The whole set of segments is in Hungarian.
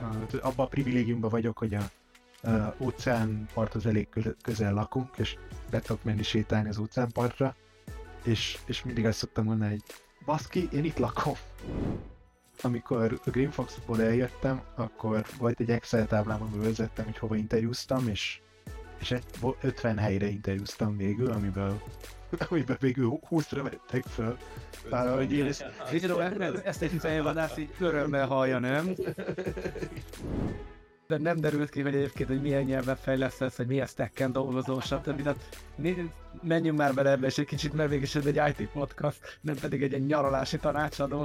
abban a privilégiumban vagyok, hogy a óceánparthoz elég közel lakunk, és be tudok menni sétálni az óceánpartra, és mindig azt szoktam mondani, hogy baszki, én itt lakom. Amikor a Green Fox-ból eljöttem, akkor volt egy Excel táblám, amiben vezettem, hogy hova interjúztam, és 50 helyre interjúztam végül, amiből végül 20-ra vettek föl. Ezt egy fejvadász így örömmel hallja, nem? De nem derült ki, hogy egyébként, hogy milyen nyelven fejlesztesz, hogy milyen stacken dolgozol, stb. Tehát menjünk már bele ebbe, és egy kicsit, mert végig egy IT podcast, nem pedig egy nyaralási tanácsadó.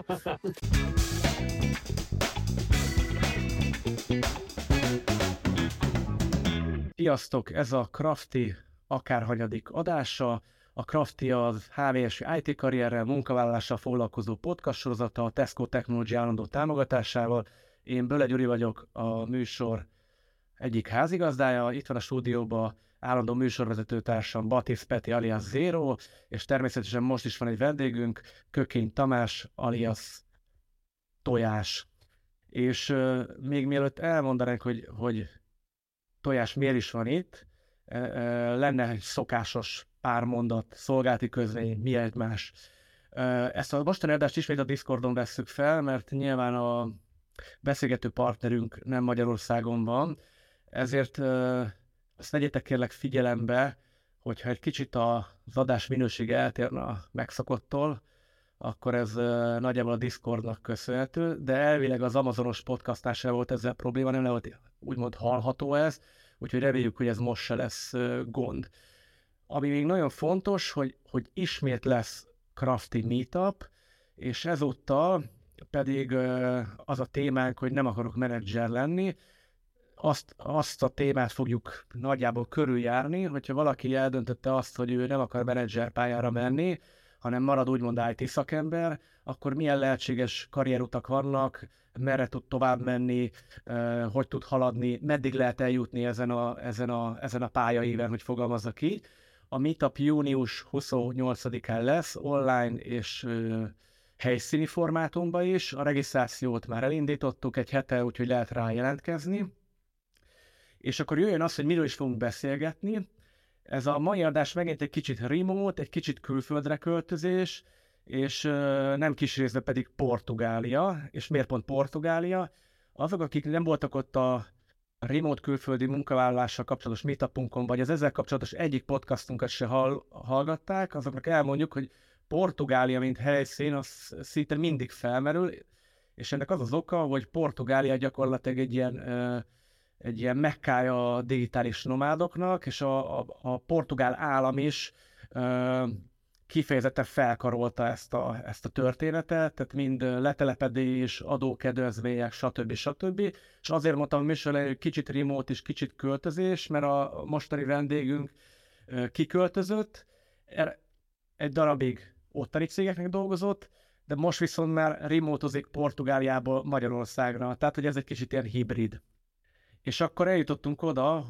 Sziasztok, ez a Crafty akárhanyadik adása. A Crafty az HVS IT karrierrel, munkavállalással foglalkozó podcast sorozata a Tesco Technology állandó támogatásával. Én Böle Gyuri vagyok, a műsor egyik házigazdája. Itt van a stúdióban állandó műsorvezetőtársam Batisz Peti alias Zero, és természetesen most is van egy vendégünk, Kökény Tamás alias Tojás. És még mielőtt elmondanánk, hogy Tojás miért is van itt, lenne egy szokásos pár mondat, szolgálati közvény, mi egymás. Ezt a mostani adást ismét a Discordon vesszük fel, mert nyilván a beszélgető partnerünk nem Magyarországon van, ezért azt vegyétek kérlek figyelembe, hogyha egy kicsit az adás minősége eltérne a megszokottól, akkor ez nagyjából a Discordnak köszönhető, de elvileg az Amazonos podcastnál sem volt ezzel probléma, nem volt úgymond hallható ez, úgyhogy reméljük, hogy ez most se lesz gond. Ami még nagyon fontos, hogy ismét lesz Crafty Meetup, és ezúttal pedig az a témánk, hogy nem akarok menedzser lenni, azt a témát fogjuk nagyjából körüljárni, hogyha valaki eldöntötte azt, hogy ő nem akar menedzser pályára menni, hanem marad úgymond IT szakember, akkor milyen lehetséges karrierutak vannak, merre tud tovább menni, hogy tud haladni, meddig lehet eljutni ezen a pályaíven, hogy fogalmazzak így. A Meetup június 28-án lesz, online és helyszíni formátumban is. A regisztrációt már elindítottuk egy hete, úgyhogy lehet rá jelentkezni. És akkor jöjjön az, hogy miről is fogunk beszélgetni. Ez a mai adás megint egy kicsit remote, egy kicsit külföldre költözés, és nem kis részben pedig Portugália. És miért pont Portugália? Azok, akik nem voltak ott a remote külföldi munkavállalással kapcsolatos meetupunkon, vagy az ezzel kapcsolatos egyik podcastunkat se hallgatták, azoknak elmondjuk, hogy Portugália, mint helyszín, az szinte mindig felmerül, és ennek az az oka, hogy Portugália gyakorlatilag egy ilyen mekkája a digitális nomádoknak, és a portugál állam is kifejezetten felkarolta ezt a történetet, tehát mind letelepedés, adókedvezmények, stb. És azért mondtam a műsorban, hogy kicsit remote és kicsit költözés, mert a mostani vendégünk kiköltözött, egy darabig ottani cégeknek dolgozott, de most viszont már remotozik Portugáliából Magyarországra, tehát hogy ez egy kicsit ilyen hibrid. És akkor eljutottunk oda,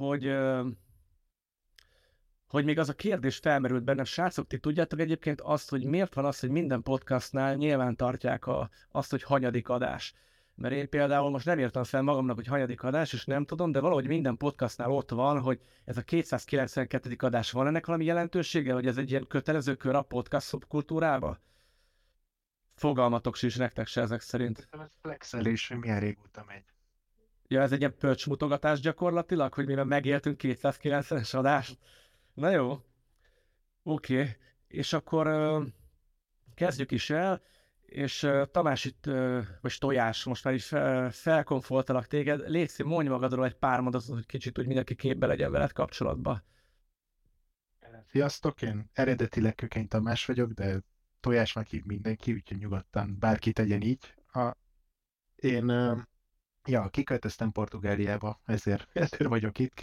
hogy még az a kérdés felmerült bennem, srácok, ti tudjátok egyébként azt, hogy miért van az, hogy minden podcastnál nyilván tartják azt, hogy hanyadik adás. Mert én például most nem írtam fel magamnak, hogy hanyadik adás, és nem tudom, de valahogy minden podcastnál ott van, hogy ez a 292. adás. Van ennek valami jelentősége, hogy ez egy ilyen kötelező kör a podcast szubkultúrába? Fogalmatok sincs nektek se ezek szerint. Ez flexelés, hogy milyen régóta megy. Ja, ez egy ilyen pölcsmutogatás gyakorlatilag, hogy mivel megéltünk 290-es adást. Na jó, oké. És akkor kezdjük is el, és Tamás itt, vagy Tojás, most már is felkonfoltalak téged. Léci, mondj magadról egy pár mondatot, hogy kicsit úgy mindenki képbe legyen veled kapcsolatban. Sziasztok, én eredetileg Kökény Tamás vagyok, de Tojásnak hív mindenki, úgyhogy nyugodtan bárki tegyen így. Én kiköltöztem Portugáliába, ezért vagyok itt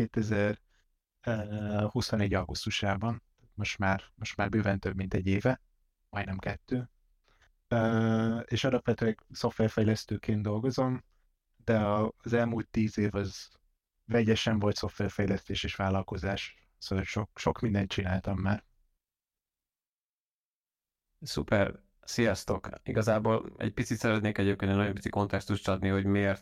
2021. augusztusában. Most már bőven több mint egy éve, majdnem 2. És alapvetően szoftverfejlesztőként dolgozom, de az elmúlt 10 év az vegyesen volt szoftverfejlesztés és vállalkozás, szóval sok mindent csináltam már. Szuper, sziasztok! Igazából egy picit szeretnék egyébként egy nagyon pici kontextust adni, hogy miért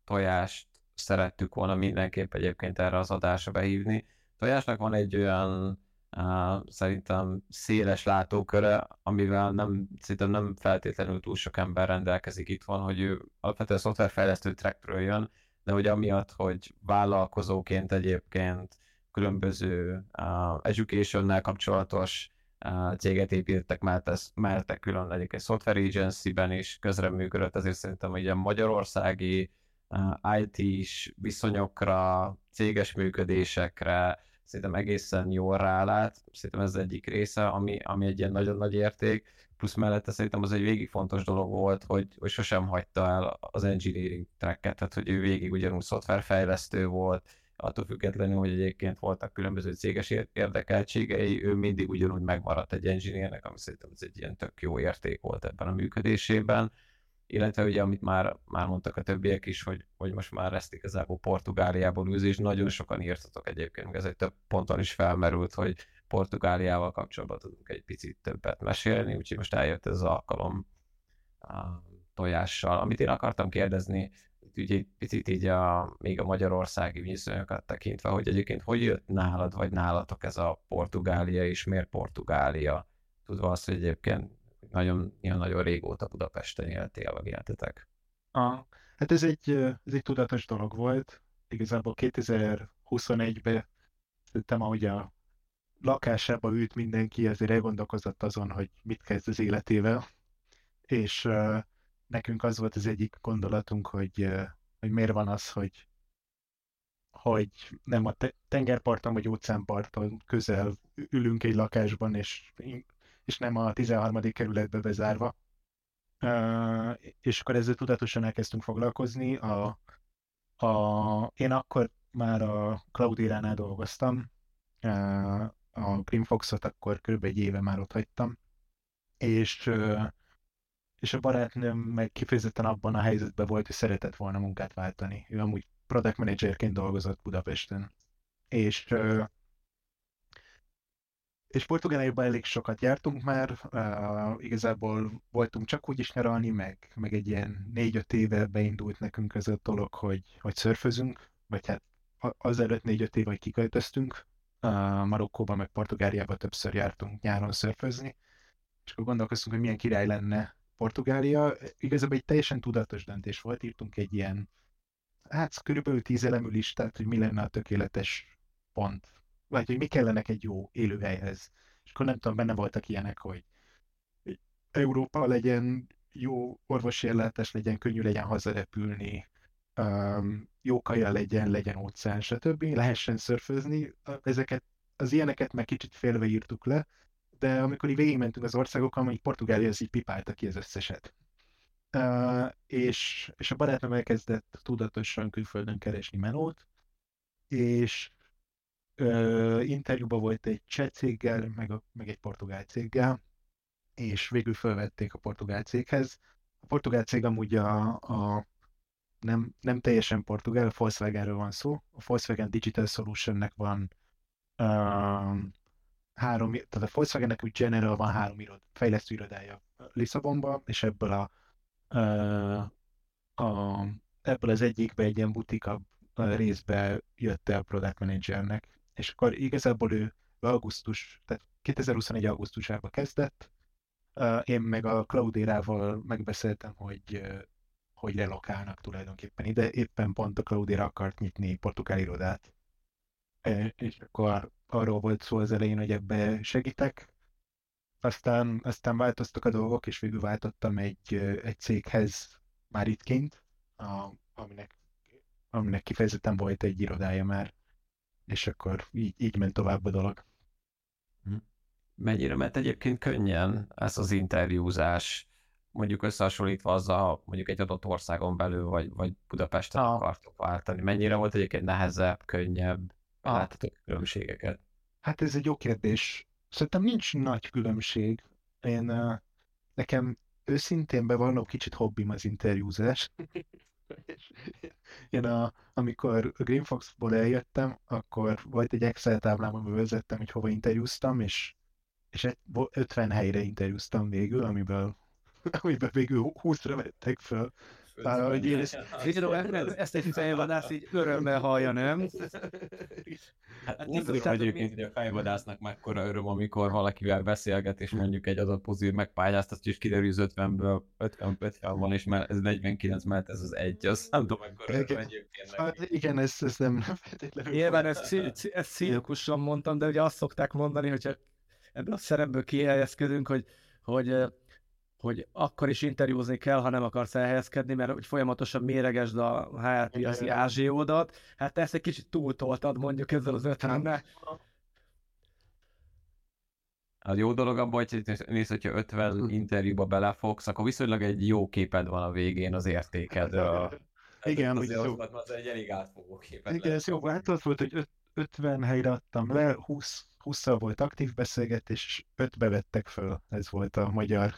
Tojást szerettük volna mindenképp egyébként erre az adásra behívni. Tojásnak van egy olyan szerintem széles látóköre, amivel szerintem nem feltétlenül túl sok ember rendelkezik itthon, hogy ő alapvetően szoftverfejlesztő trackről jön, de hogy amiatt, hogy vállalkozóként egyébként különböző educationnel kapcsolatos céget építettek, mert külön egyébként software agency-ben is közreműködött, ezért szerintem ugye magyarországi IT-s viszonyokra, céges működésekre szerintem egészen jól rálát, szerintem ez az egyik része, ami egy ilyen nagyon nagy érték, plusz mellette szerintem az egy végig fontos dolog volt, hogy sosem hagyta el az engineering tracket, tehát hogy ő végig ugyanúgy szoftverfejlesztő volt, attól függetlenül, hogy egyébként voltak különböző céges érdekeltségei, ő mindig ugyanúgy megmaradt egy engineernek, ami szerintem ez egy ilyen tök jó érték volt ebben a működésében, illetve ugye, amit már mondtak a többiek is, hogy most már ezt igazából Portugáliából űzi, és nagyon sokan írtatok egyébként, meg ez egy több ponton is felmerült, hogy Portugáliával kapcsolatban tudunk egy picit többet mesélni, úgyhogy most eljött ez az alkalom a Tojással. Amit én akartam kérdezni, ugye egy picit így még a magyarországi viszonyokat tekintve, hogy egyébként hogy jött nálad, vagy nálatok ez a Portugália, és miért Portugália? Tudva azt, hogy egyébként nagyon régóta Budapesten éltél, vagy éltetek. Hát ez egy tudatos dolog volt. Igazából 2021-ben szerintem, ahogy a lakásába ült mindenki, azért elgondolkozott azon, hogy mit kezd az életével. És nekünk az volt az egyik gondolatunk, hogy miért van az, hogy nem a tengerparton vagy óceánparton közel ülünk egy lakásban, és nem a 13. kerületbe bezárva. És akkor ezzel tudatosan elkezdtünk foglalkozni. Én akkor már a Cloudera-nál dolgoztam, a Greenfox-ot akkor kb. Egy éve már ott hagytam, és a barátnőm meg kifejezetten abban a helyzetben volt, hogy szeretett volna munkát váltani. Ő amúgy product managerként dolgozott Budapesten. És Portugáliában elég sokat jártunk már, igazából voltunk csak úgy is nyaralni, meg egy ilyen 4-5 éve beindult nekünk ez a dolog, hogy szörfözünk, vagy hát azelőtt 4-5 éve, hogy kiköltöztünk. Marokkóban meg Portugáliában többször jártunk nyáron szörfözni, és akkor gondolkoztunk, hogy milyen király lenne Portugália. Igazából egy teljesen tudatos döntés volt, írtunk egy ilyen, hát körülbelül 10 elemű listát, hogy mi lenne a tökéletes pont, vagy hogy mi kellene egy jó élőhelyhez. És akkor nem tudom, benne voltak ilyenek, hogy Európa legyen, jó orvosi ellátás legyen, könnyű legyen hazarepülni, jó kaja legyen óceán, stb. Lehessen szörfözni. Az ilyeneket meg kicsit félve írtuk le, de amikor így végigmentünk az országokon, így Portugália az így pipálta ki az összeset. És a barátom elkezdett tudatosan külföldön keresni melót, és interjúban volt egy cseh céggel, meg egy portugál céggel, és végül felvették a portugál céghez. A portugál cég amúgy nem teljesen portugál, a Volkswagenről van szó. A Volkswagen Digital Solutionnek van tehát a Volkswagennek úgy general van 3 fejlesztő irodája Lisszabonban, és ebből az egyikbe egy ilyen butikabb részbe jött el product managernek, és akkor igazából ő tehát 2021. augusztusában kezdett, én meg a Cloudera-val megbeszéltem, hogy relokálnak tulajdonképpen ide, éppen pont a Cloudera akart nyitni portugál irodát. És akkor arról volt szó az elején, hogy ebbe segítek, aztán változtak a dolgok, és végül váltottam egy céghez már itt kint, aminek kifejezetten volt egy irodája már, és akkor így ment tovább a dolog. Mennyire ment egyébként könnyen ez az interjúzás, mondjuk összehasonlítva azzal, mondjuk egy adott országon belül, vagy Budapesten akartok váltani? Mennyire volt egyébként nehezebb, könnyebb? Láttatok különbségeket? Hát ez egy jó kérdés. Szerintem nincs nagy különbség. Nekem őszintén bevallom, kicsit hobbim az interjúzás. Amikor a Greenfox-ból eljöttem, akkor volt egy Excel táblám, amiben vezettem, hogy hova interjúztam, és 50 helyre interjúztam végül, amiből végül 20-ra vettek föl. Hogy én Zero, ezt egy fejvadász így örömmel hallja, nem? Hát Hát nem tudom egyébként, hogy a fejvadásznak mekkora öröm, amikor valakivel beszélget, és mondjuk egy adott pozíciót megpályáztat, és kiderül, hogy 50-ből 50 van, és már ez 49, mert ez az egy, az nem tudom, mekkora öröm egyébként hát neki. igen, ezt nem feltétlenül. Nyilván ezt cirkusan mondtam, de ugye azt szokták mondani, hogyha ebből a szerepből kihelyezkedünk, hogy akkor is interjúzni kell, ha nem akarsz elhelyezkedni, mert hogy folyamatosan méregesd a HR piaci ázsiódat. Hát te ezt egy kicsit túltoltad mondjuk ezzel az 50-nel. A jó dolog abban, hogy nézd, hogyha 50 interjúba belefogsz, akkor viszonylag egy jó képed van a végén az értékedről. Igen, hogy azért jó. az egy elég átfogó képet Igen, lehet ez jó. kapni. Hát ott volt, hogy 50 helyre adtam le, 20-szal volt aktív beszélgetés, és 5-be vettek föl. Ez volt a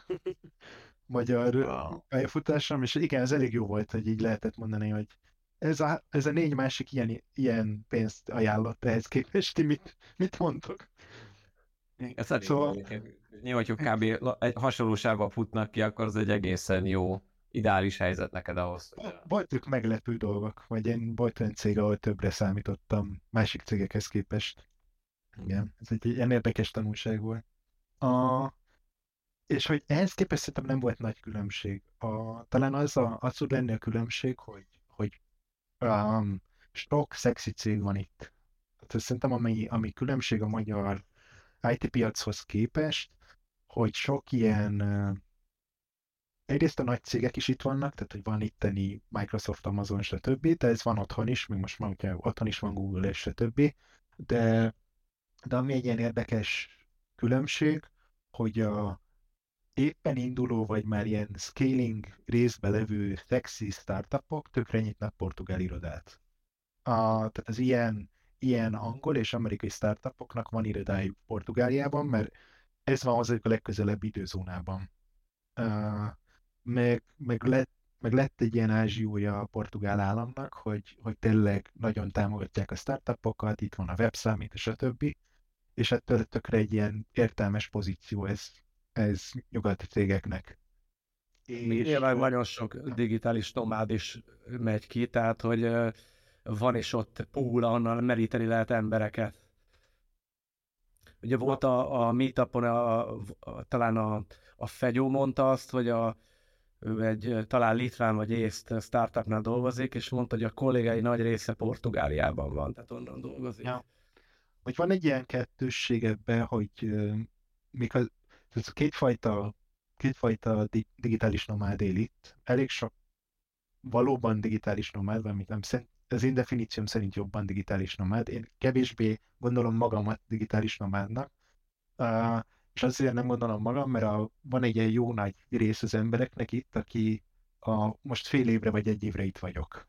magyar Wow. pályafutásom, és igen, ez elég jó volt, hogy így lehetett mondani, hogy ez a 4 másik ilyen pénzt ajánlott ehhez képest, ti mit mondtok? Ez elég jó Szóval, egyébként. Nyilván, hogy kb. Egy hasonlóságban futnak ki, akkor az egy egészen jó, ideális helyzet neked ahhoz. Hogy voltak meglepő dolgok, vagy én volt olyan cég, ahol többre számítottam másik cégekhez képest. Igen, ez egy ilyen érdekes tanulság volt. A, és hogy ehhez képest szerintem nem volt nagy különbség. Talán az tud lenni a különbség, hogy sok szexi cég van itt. Tehát szerintem ami különbség a magyar IT piachoz képest, hogy sok ilyen, egyrészt a nagy cégek is itt vannak, tehát hogy van itteni Microsoft, Amazon, stb., de ez van otthon is, még most már ugye otthon is van Google és stb., de, de ami egy ilyen érdekes különbség, hogy a éppen induló, vagy már ilyen scaling részbe levő szexi startupok tökre nyitnak portugál irodát. Tehát az ilyen angol és amerikai startupoknak van irodájuk Portugáliában, mert ez van hozzájuk a legközelebbi időzónában. Uh, meg lett egy ilyen ázsiója a portugál államnak, hogy tényleg nagyon támogatják a startupokat, itt van a webszámít, és a többi, és ettől tökre egy ilyen értelmes pozíció ez nyugati cégeknek. És Nyilván nagyon sok digitális nomád is megy ki, tehát hogy van is ott pool, ahonnan meríteni lehet embereket. Ugye volt a meetupon, talán a Fegyó mondta azt, hogy ő egy talán litván vagy észt startupnál dolgozik, és mondta, hogy a kollégái nagy része Portugáliában van, tehát onnan dolgozik. ja, hogy van egy ilyen kettősség ebben, hogy mik az, ez a kétfajta digitális nomád él itt. Elég sok valóban digitális nomád, amit nem az én definícióm szerint jobban digitális nomád. Én kevésbé gondolom magamat digitális nomádnak, és azért nem gondolom magam, mert van egy ilyen jó nagy rész az embereknek itt, aki most fél évre vagy egy évre itt vagyok,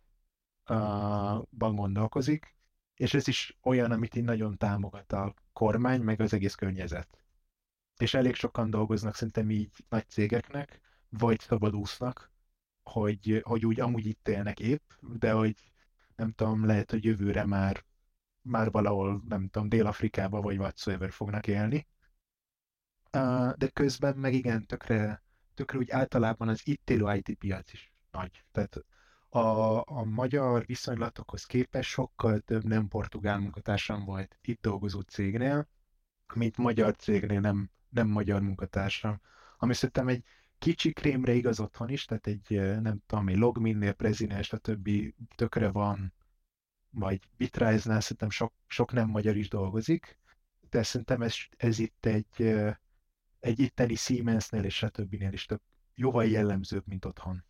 ban gondolkozik, és ez is olyan, amit én nagyon támogat a kormány, meg az egész környezet. És elég sokan dolgoznak szerintem így nagy cégeknek, vagy szabadúsznak, hogy úgy amúgy itt élnek épp, de hogy nem tudom, lehet, hogy jövőre már valahol, nem tudom, Dél-Afrikába vagy whatsoever fognak élni. De közben meg igen, tökre úgy általában az itt élő IT piac is nagy. Tehát a magyar viszonylatokhoz képest sokkal több nem portugál munkatársam volt itt dolgozó cégnél, mint magyar cégnél nem magyar munkatársam. Ami szerintem egy kicsi krémre igaz otthon is, tehát egy nem tudom, egy Logminnél, Prezinál, stb. Tökre van, vagy Bitrise-nál szerintem sok nem magyar is dolgozik, de szerintem ez itt egy itteni Siemensnél és stb. Is jóval jellemzőbb, mint otthon.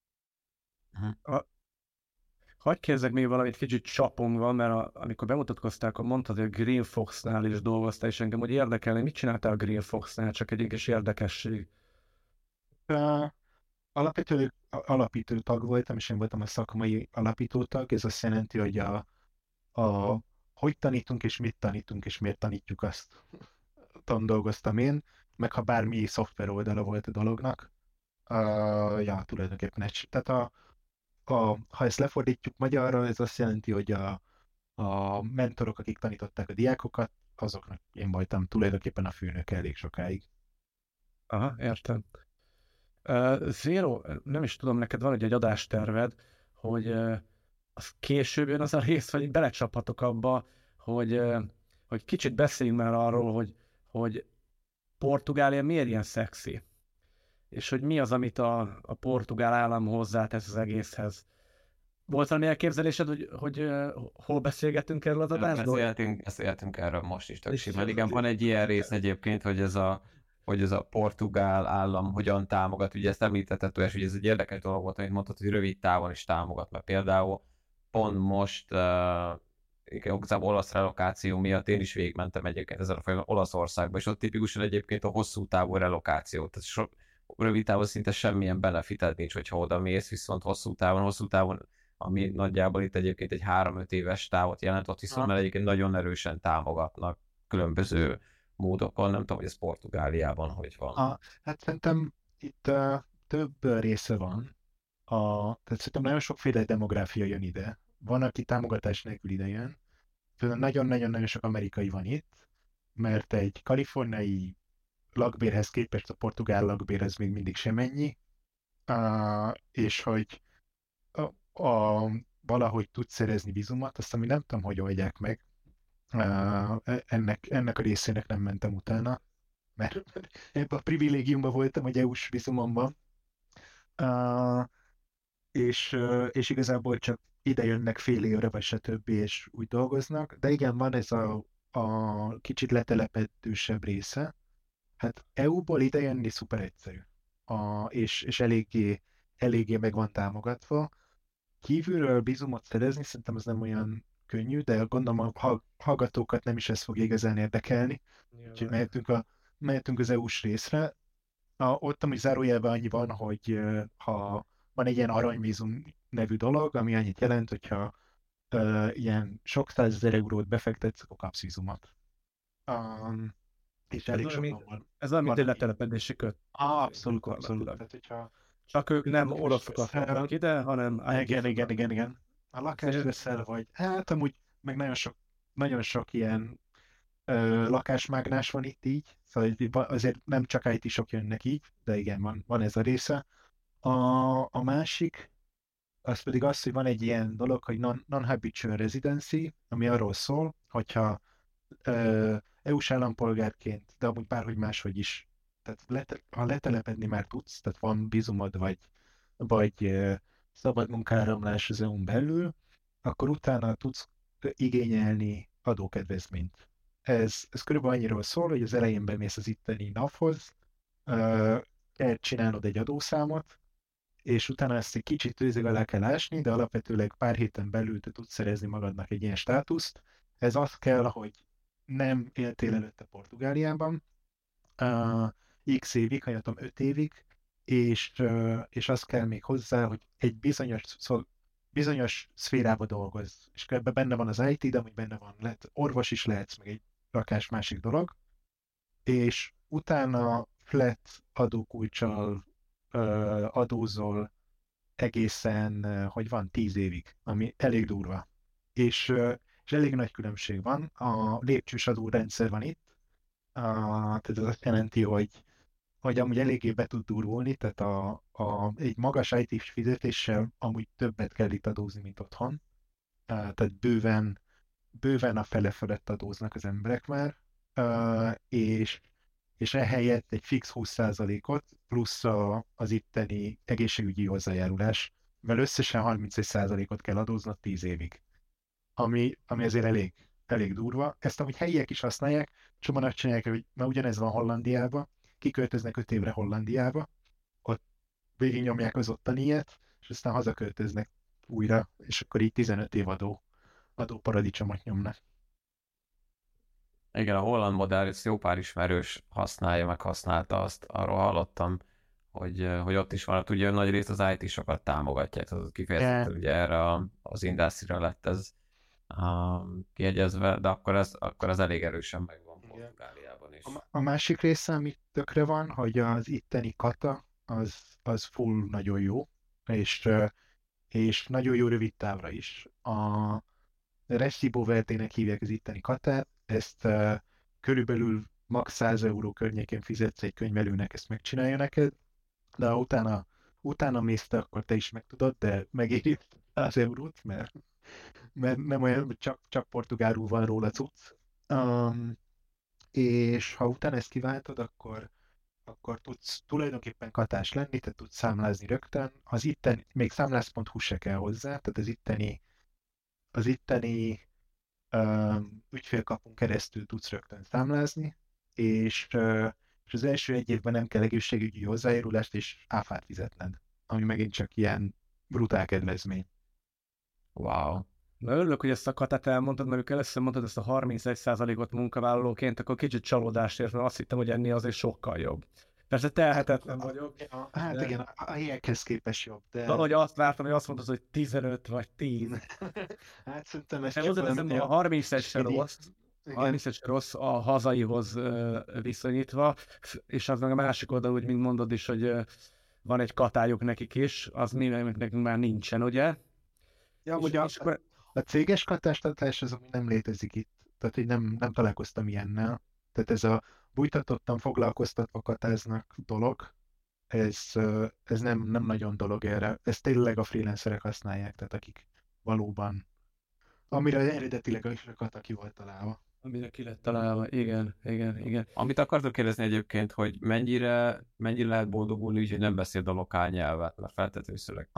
Hadd kérdezzek még valamit kicsit csapongva, mert amikor bemutatkoztál, akkor mondtad, hogy a Green Fox-nál is dolgoztál, és engem úgy érdekelni, mit csináltál a Green Fox-nál, csak egy kis érdekesség. Alapvetően alapító tag voltam, és én voltam a szakmai alapító tag. Ez azt jelenti, hogy hogy tanítunk, és mit tanítunk, és miért tanítjuk azt. Dolgoztam én, meg ha bármi szoftver oldala volt a dolognak, ja, tulajdonképpen egy. Tehát ha ezt lefordítjuk magyarra, ez azt jelenti, hogy a mentorok, akik tanították a diákokat, azoknak én voltam tulajdonképpen a főnök elég sokáig. Aha, értem. Zero, nem is tudom, neked van egy adásterved, hogy az később jön az a rész, vagy belecsaphatok abba, hogy kicsit beszéljünk már arról, hogy Portugália miért ilyen szexi, és hogy mi az, amit a portugál állam hozzátesz az egészhez. Volt valami elképzelésed, hogy hol beszélgetünk erről az adásról? Beszéltünk erről most is tök És simán. Igen, van egy ilyen rész egyébként, hogy ez a portugál állam hogyan támogat. Ugye ezt említetted, hogy ez egy érdekes dolog volt, amit mondtad, hogy rövid távon is támogat, mert például pont most igazából olasz relokáció miatt én is végigmentem egyébként ezen a folyamon Olaszországba, és ott tipikusan egyébként a hosszú távú relokáció. Tehát rövid távon szinte semmilyen benefited nincs, hogyha oda mész, viszont hosszú távon, ami nagyjából itt egyébként egy 3-5 éves távot jelent, ott viszont mert egyébként nagyon erősen támogatnak különböző módokon, nem tudom, hogy ez Portugáliában hogy van. Hát szerintem itt több része van. Tehát szerintem nagyon sokféle demográfia jön ide. Van, aki támogatás nélkül ide jön. Például nagyon-nagyon-nagyon sok amerikai van itt, mert egy kaliforniai lakbérhez képest a portugál lakbér ez még mindig semennyi, és hogy valahogy tudsz szerezni vízumot, azt ami nem tudom, hogy oldják meg. Ennek a részének nem mentem utána, mert ebben a privilégiumban voltam, hogy EU-s vízumomban, és igazából csak ide jönnek fél évre, vagy stb. És úgy dolgoznak. De igen, van ez a kicsit letelepedősebb része. Hát EU-ból ide jönni szuper egyszerű. És eléggé meg van támogatva. Kívülről vízumot szerezni szerintem ez nem olyan könnyű, de gondolom a hallgatókat nem is ez fog igazán érdekelni. Úgyhogy mehetünk az EU-s részre. Ott amúgy zárójelben annyi van, hogy ha van egy ilyen aranyvízum nevű dolog, ami annyit jelent, hogyha ilyen sok 100 000 eurót befektetsz, akkor kapsz vízumot. És elég sokan van. Ez olyan, mint egy letelepedési köt. Abszolút. Tehát, hogyha csak ők nem oroszokat kapnak ide, hanem... Igen. A lakást veszel, vagy hát amúgy meg nagyon sok ilyen lakásmágnás van itt így, szóval azért nem csak IT-sok jönnek így, de igen, van ez a része. A másik, az pedig az, hogy van egy ilyen dolog, hogy non-habitual residency, ami arról szól, hogyha EU-s állampolgárként, de amúgy bárhogy máshogy is, tehát ha letelepedni már tudsz, tehát van vízumod, vagy szabad munkáramlás az EU-n belül, akkor utána tudsz igényelni adókedvezményt. Ez körülbelül annyiról szól, hogy az elején bemész az itteni NAV-hoz, csinálod egy adószámot, és utána ezt egy kicsit tőzeg alá kell ásni, de alapvetőleg pár héten belül te tudsz szerezni magadnak egy ilyen státuszt. Ez az kell, hogy nem éltél előtte Portugáliában, x évig, ha tudom 5 évig, és az kell még hozzá, hogy egy bizonyos szférába dolgozz. És ebben benne van az IT, de amúgy benne van, orvos is lehetsz, meg egy rakás másik dolog, és utána flat adókulccsal adózol egészen, hogy van 10 évig, ami elég durva. És elég nagy különbség van. A lépcsős adórendszer van itt, tehát ez azt jelenti, hogy amúgy eléggé be tud durvulni, tehát egy magas IT-s fizetéssel amúgy többet kell itt adózni, mint otthon. Tehát bőven a fele felett adóznak az emberek már, és ehelyett egy fix 20%-ot plusz az itteni egészségügyi hozzájárulás, mert összesen 31%-ot kell adóznod 10 évig. Ami azért elég durva. Ezt amúgy helyiek is használják, csomóan azt csinálják, hogy mert ugyanez van Hollandiában, kiköltöznek 5 évre Hollandiába, ott végignyomják az ottaniet, és aztán hazaköltöznek újra, és akkor így 15 év adó paradicsomot nyomnak. Igen, a holland modell, ezt jó pár ismerős használja, meg használta azt, arról hallottam, hogy ott is van, hát ugye nagy részt az IT-sokat támogatják, tehát kifejezetten ugye erre az industry-ra lett ez kiegyezve, de akkor ez elég erősen megvan Portugáliában is. A másik része, ami tökre van, hogy az itteni kata, az full nagyon jó, és nagyon jó rövid távra is. A Recibo Verde-nek hívják az itteni katát, ezt körülbelül max. 100 euró környékén fizetsz egy könyvelőnek, ezt megcsinálja neked, de ha utána mész te, akkor te is megtudod, de megéri 100 eurót, mert nem olyan, csak portugálul van róla cucc. Um, és ha utána ezt kiváltod, akkor tudsz tulajdonképpen katás lenni, tehát tudsz számlázni rögtön. Az itteni, még számlász.hu se kell hozzá, tehát az itteni ügyfélkapun keresztül tudsz rögtön számlázni, és az első egy évben nem kell egészségügyi hozzájárulást és áfát fizetned, ami megint csak ilyen brutál kedvezmény. Wow. Na örülök, hogy ezt a katát elmondtad, mert amikor először mondtad ezt a 31%-ot munkavállalóként, akkor kicsit csalódást értem, azt hittem, hogy ennél azért sokkal jobb. Persze telhetetlen vagyok. Hát de... igen, a helyekhez képest jobb, de... Valahogy azt vártam, hogy azt mondtad, hogy 15 vagy 10. Hát szerintem ez Csak csak hozzáteszem, a 30 se rossz. Igen. 30 se rossz a hazaihoz viszonyítva, és az meg a másik oldal, úgy, mint mondod is, hogy van egy katályuk nekik is, az mi nekünk már nincsen, ugye? Ja, hogy a céges katástartás az, ami nem létezik itt. Tehát, hogy nem találkoztam ilyennel. Tehát ez a bújtatottan foglalkoztatva katáznak dolog, ez nem nagyon dolog erre. Ezt tényleg a freelancerek használják, tehát akik valóban, amire eredetileg is a kata ki volt találva. Amire ki lett találva, igen. Amit akartok kérdezni egyébként, hogy mennyire lehet boldogulni, úgyhogy nem beszél a lokál nyelvet, mert feltetőszőleg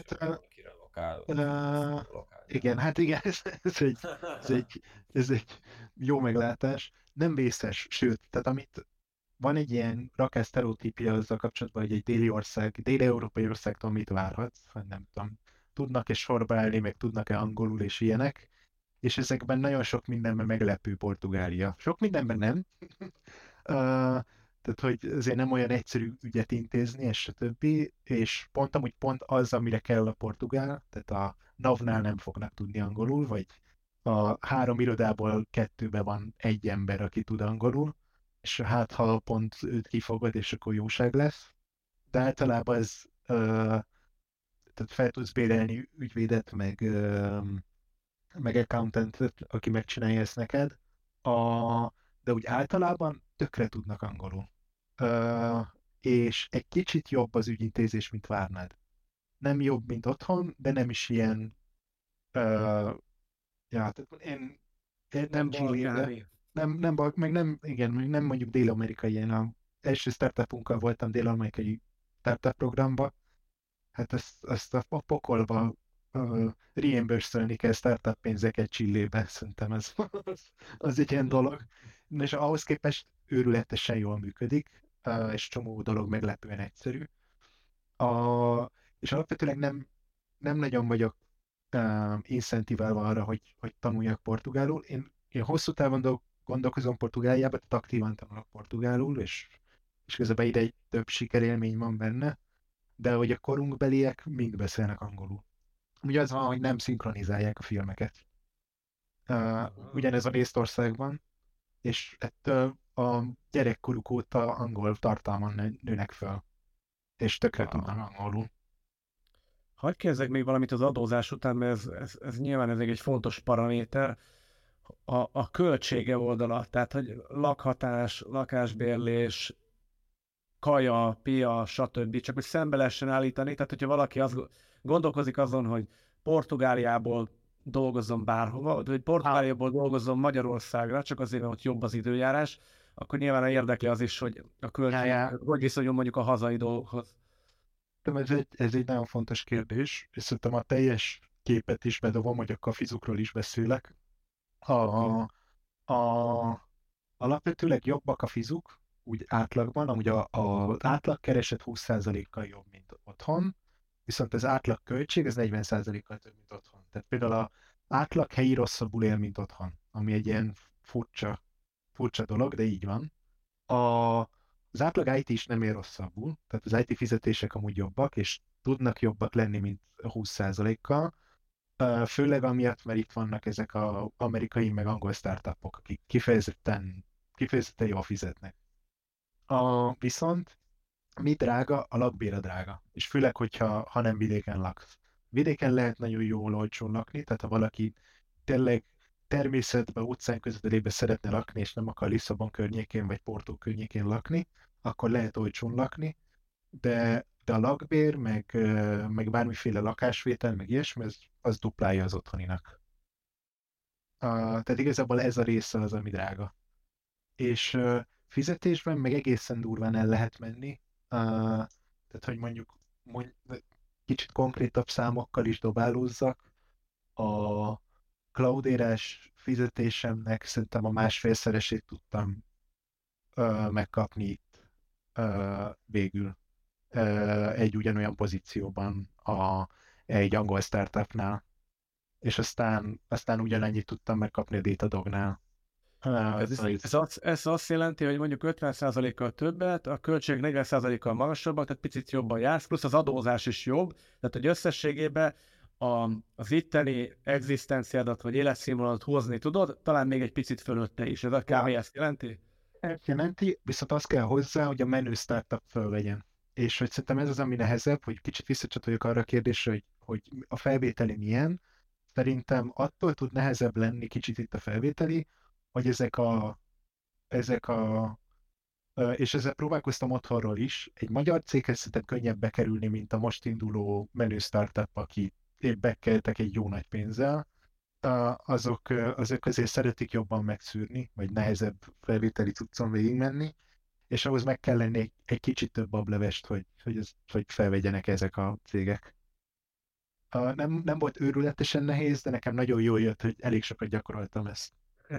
igen, hát igen, ez egy jó meglátás. Nem vészes, sőt, tehát van egy ilyen rakás sztereotípia azzal kapcsolatban, hogy egy déli-európai országtól mit várhatsz, vagy nem tudom, tudnak-e sorba állni, meg tudnak-e angolul és ilyenek, és ezekben nagyon sok mindenben meglepő Portugália. Sok mindenben nem. Tehát, hogy azért nem olyan egyszerű ügyet intézni, és stb. És pont az, amire kell a portugál, tehát a NAV-nál nem fognak tudni angolul, vagy a 3 irodából 2-ben van egy ember, aki tud angolul, és hát ha pont őt kifogod, és akkor jóság lesz. De általában tehát fel tudsz bérelni ügyvédet, meg accountantet, aki megcsinálja ezt neked, de úgy általában tökre tudnak angolul. És egy kicsit jobb az ügyintézés, mint várnád. Nem jobb, mint otthon, de nem is ilyen tehát én nem Chile-be, meg nem mondjuk dél-amerikai, én az első startupunkkal voltam dél-amerikai startup programba, hát ezt a pokolba reimburse-ölni kell startup pénzeket Chillébe, szerintem az egy ilyen dolog. És ahhoz képest őrületesen jól működik, és csomó dolog meglepően egyszerű. És alapvetően nem nagyon vagyok incentiválva arra, hogy tanuljak portugálul. Én hosszú távon gondolkozom Portugáliába, tehát aktívan tanulok portugálul, és közben ide egy több sikerélmény van benne, de hogy a korunkbeliek mind beszélnek angolul. Ugye az van, hogy nem szinkronizálják a filmeket. Ugyanez a Észtországban, és ettől a gyerekkoruk óta angol tartalman nőnek föl, és tökre tudnak angolul. Hadd kérdezzek még valamit az adózás után, mert ez nyilván ez egy fontos paraméter. A költsége oldala, tehát hogy lakhatás, lakásbérlés, kaja, pia, stb. Csak hogy szembe lehessen állítani, tehát hogyha valaki gondolkozik azon, hogy Portugáliából dolgozzon bárhova, vagy hogy Portugáliából dolgozzon Magyarországra, csak azért, mert ott jobb az időjárás, akkor nyilván érdekli az is, hogy a költség, hogy viszonyul mondjuk a hazai dolgokhoz. Ez egy nagyon fontos kérdés, és szerintem a teljes képet is bedobom, hogy a kafizukról is beszélek. Alapvetőleg jobbak a fizuk, úgy átlagban, amúgy az átlag kereset 20%-kal jobb, mint otthon, viszont az átlag költség az 40%-kal több, mint otthon. Tehát például az átlag helyi rosszabbul él, mint otthon, ami egy ilyen furcsa dolog, de így van. Az átlag IT is nem ér rosszabbul, tehát az IT fizetések amúgy jobbak, és tudnak jobbak lenni, mint 20%-kal, főleg amiatt, mert itt vannak ezek az amerikai meg angol startupok, akik kifejezetten jól fizetnek. Viszont mi drága? A lakbér drága, és főleg, ha nem vidéken laksz. Vidéken lehet nagyon jól olcsón lakni, tehát ha valaki tényleg természetben, utcán közelében szeretne lakni, és nem akar Lisszabon környékén vagy Porto környékén lakni, akkor lehet olcsón lakni, de a lakbér, meg bármiféle lakásvétel, meg ilyesmi, az duplája az otthoninak. Tehát igazából ez a része az, ami drága. És fizetésben meg egészen durván el lehet menni. Tehát, hogy mondjuk kicsit konkrétabb számokkal is dobálózzak. A Cloudérás fizetésemnek szerintem a másfélszeresét tudtam megkapni itt végül egy ugyanolyan pozícióban egy angol startupnál, és aztán ugyanennyit tudtam megkapni a Datadognál. Ez azt jelenti, hogy mondjuk 50%-kal többet, a költség 40%-kal magasabbak, tehát picit jobban jársz, plusz az adózás is jobb, tehát hogy összességében az itteni egzisztenciádat vagy életszínvonalat hozni tudod, talán még egy picit fölötte is. Ez a kb. Ezt jelenti? Ezt jelenti, viszont az kell hozzá, hogy a menő startup fölvegyen. És hogy szerintem ez az, ami nehezebb, hogy kicsit visszacsatoljak arra a kérdésre, hogy a felvételi milyen. Szerintem attól tud nehezebb lenni kicsit itt a felvételi, hogy és ezzel próbálkoztam otthonról is. Egy magyar céghez szerintem könnyebb bekerülni, mint a most induló menő startup, aki épp bekeltek egy jó nagy pénzzel. Azok azért szeretik jobban megszűrni, vagy nehezebb felvételi cuccon végigmenni, és ahhoz meg kell lenni egy kicsit több ablevest, hogy felvegyenek ezek a cégek. Nem volt őrületesen nehéz, de nekem nagyon jól jött, hogy elég sokat gyakoroltam ezt.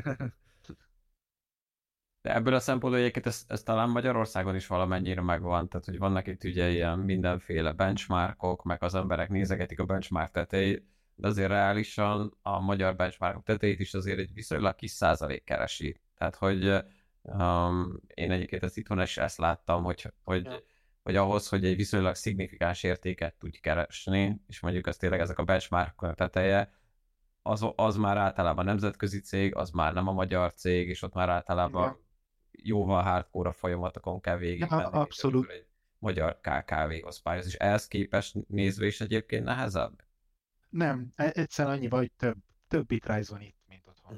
De ebből a szempontból egyébként ez talán Magyarországon is valamennyire megvan, tehát hogy vannak itt ugye ilyen mindenféle benchmarkok, meg az emberek nézegetik a benchmark tetejét, de azért reálisan a magyar benchmarkok tetejét is azért egy viszonylag kis százalék keresi. Tehát, hogy én egyébként ezt itthon is ezt láttam, hogy ahhoz, hogy egy viszonylag szignifikáns értéket tudj keresni, és mondjuk az tényleg ezek a benchmark teteje, az már általában nemzetközi cég, az már nem a magyar cég, és ott már általában jóval hardcore a folyamatokon kell végigmenni. Abszolút. Egy magyar KKV-hoz pályáz, és ehhez képest nézve is egyébként nehezebb? Nem, egyszerűen annyi vagy több Bitrise van itt, mint otthon.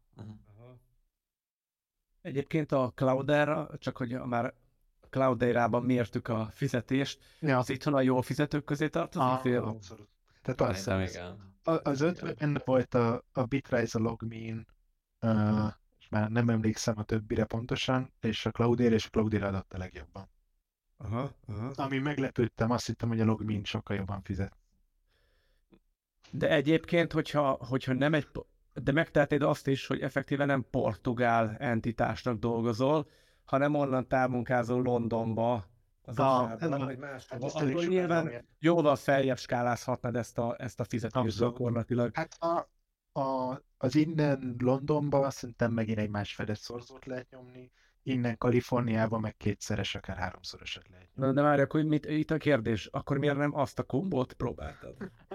Egyébként a Cloudera, csak hogy már Cloudera-ban mértük a fizetést, az itthon a jó fizetők közé tartozik? Abszolút. Tehát igen. Az 50 volt a Bitrise, a Logmein, és már nem emlékszem a többire pontosan, és a Cloudera adott a legjobban. Ami meglepődtem, azt hittem, hogy a Logmein sokkal jobban fizet. De egyébként, hogyha nem de megteheted azt is, hogy effektíven nem portugál entitásnak dolgozol, hanem onnan távmunkázol Londonba, vagy máshova, akkor nyilván jóval feljebb skálázhatnád ezt a fizetést gyakorlatilag. Hát az innen Londonba szerintem megint egy másféles szorzót lehet nyomni, innen Kaliforniába meg kétszeres, akár háromszorosat lehet nyomni. De várj, akkor itt a kérdés, akkor miért nem azt a kombót próbáltad?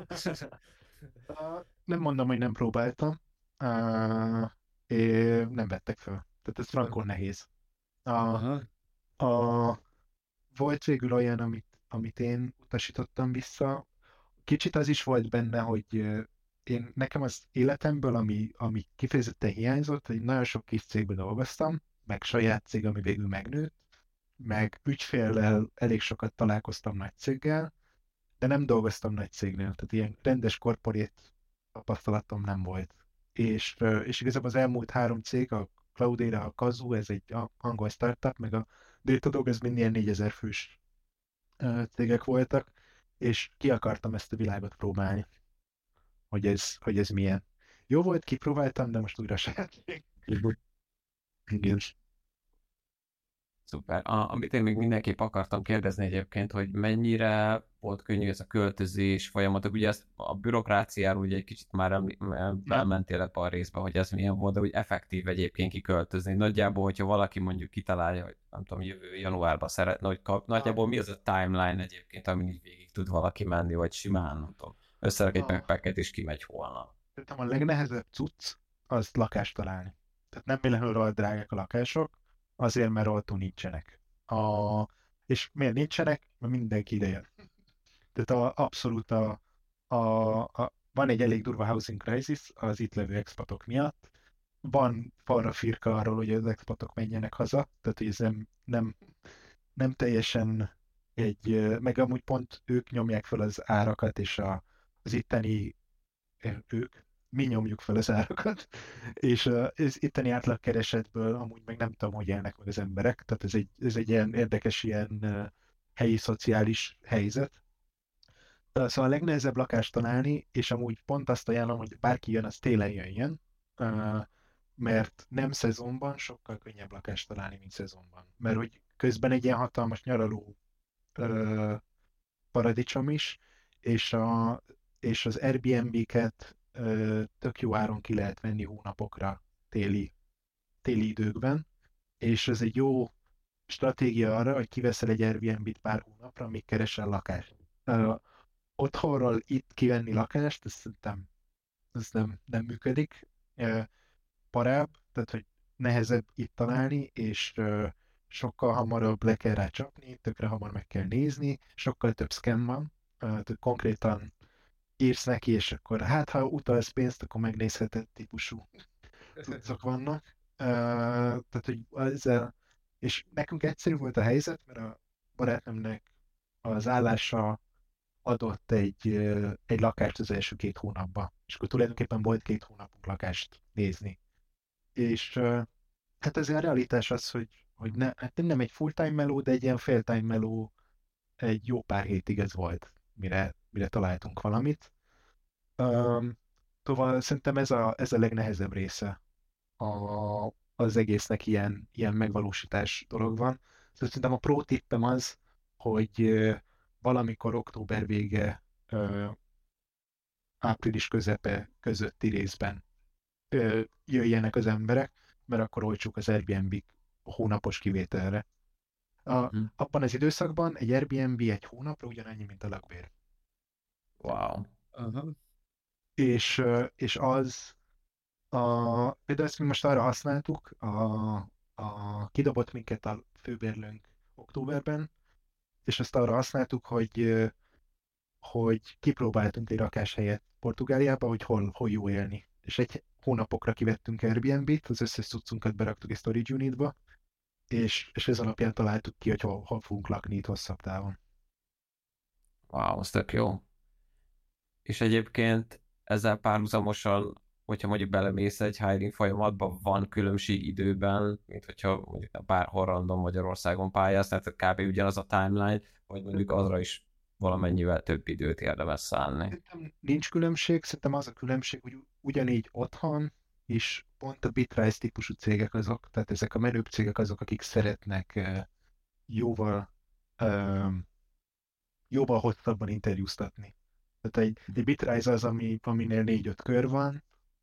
Nem mondom, hogy nem próbáltam. Nem vettek föl. Tehát ez frankon nehéz. Volt végül olyan, amit én utasítottam vissza. Kicsit az is volt benne, hogy nekem az életemből, ami kifejezetten hiányzott, hogy nagyon sok kis cégben dolgoztam, meg saját cég, ami végül megnőtt, meg ügyféllel elég sokat találkoztam nagy céggel, de nem dolgoztam nagy cégnél, tehát ilyen rendes corporate tapasztalatom nem volt. És igazából az elmúlt 3 cég, a Cloudera, a Kazoo, ez egy angol startup, meg a Datadog, ez mind ilyen 4000 fős cégek voltak, és ki akartam ezt a világot próbálni, hogy ez milyen. Jó volt, kipróbáltam, de most újra saját cég. Igen. Szuper. Amit én még mindenképp akartam kérdezni egyébként, hogy mennyire volt könnyű ez a költözés folyamatok. Ugye ezt a bürokráciáról ugye egy kicsit már elmentél ebbe a részbe, hogy ez milyen volt, de úgy effektív egyébként kiköltözni. Nagyjából, hogyha valaki mondjuk kitalálja, hogy nem tudom, jövő januárban szeretne, hogy nagyjából mi az a timeline egyébként, amin így végig tud valaki menni, vagy simán, nem tudom, összerak egy backpacket és kimegy holnap. Szerintem a legnehezebb cucc az lakást találni. Tehát nem véletlenül rohadt drágák a lakások, azért, mert rohadtul nincsenek. És miért nincsenek? Mert mindenki ide jön. Tehát abszolút van egy elég durva housing crisis az itt levő expatok miatt. Van falra firka arról, hogy az expatok menjenek haza, tehát hogy ez nem teljesen meg amúgy pont ők nyomják fel az árakat, és az itteni ők, mi nyomjuk fel az árakat, és az itteni átlagkeresetből amúgy meg nem tudom, hogy élnek meg az emberek, tehát ez egy ilyen érdekes ilyen helyi szociális helyzet. Szóval a legnehezebb lakást találni, és amúgy pont azt ajánlom, hogy bárki jön, az télen jöjjön, mert nem szezonban sokkal könnyebb lakást találni, mint szezonban. Mert hogy közben egy ilyen hatalmas nyaraló paradicsom is, és, és az Airbnb-ket tök jó áron ki lehet venni hónapokra téli időkben, és ez egy jó stratégia arra, hogy kiveszel egy Airbnb-t pár hónapra, amíg keresel lakást. Otthonról itt kivenni lakást, ez szerintem ez nem működik. Parább, tehát hogy nehezebb itt találni, és sokkal hamarabb le kell rá csapni, tökre hamar meg kell nézni, sokkal több scam van, tehát konkrétan írsz neki, és akkor hát ha utalsz pénzt, akkor megnézheted típusú cuccok vannak. Tehát, hogy ezzel, és nekünk egyszerű volt a helyzet, mert a barátnőmnek az állása adott egy lakást az első 2 hónapban, és akkor tulajdonképpen volt 2 hónapunk lakást nézni. És hát ez a realitás az, hogy hát nem egy full-time meló, de egy ilyen fair-time meló egy jó pár hétig ez volt, mire találtunk valamit. Szóval szerintem ez a legnehezebb része az egésznek, ilyen megvalósítás dolog van. Szóval szerintem a pro tippem az, hogy valamikor október vége, április közepe közötti részben jöjjenek az emberek, mert akkor olcsuk az Airbnb hónapos kivételre. Abban az időszakban egy Airbnb egy hónapra ugyanannyi, mint a lakbér. Wow. És az például ezt mi most arra használtuk, kidobott minket a főbérlőnk októberben, és ezt arra használtuk, hogy kipróbáltunk egy lakáshelyet Portugáliába, hogy hol jó élni. És egy hónapokra kivettünk Airbnb-t, az összes cuccunkat beraktuk egy storage unitba, és ez alapján találtuk ki, hogy hol fogunk lakni itt hosszabb távon. Wow, az tök jó. És egyébként ezzel párhuzamosan, hogyha mondjuk belemész egy hiring folyamatba, van különbség időben, mint hogyha mondjuk bárhol random Magyarországon pályáz, tehát kb. Ugyanaz a timeline, vagy mondjuk azra is valamennyivel több időt érdemes szállni. Szerintem nincs különbség, szerintem az a különbség, hogy ugyanígy otthon is pont a Bitrise típusú cégek azok, tehát ezek a menőbb cégek azok, akik szeretnek jóval hosszabban interjúztatni. Tehát egy Bitrise az, aminél 4-5 kör van,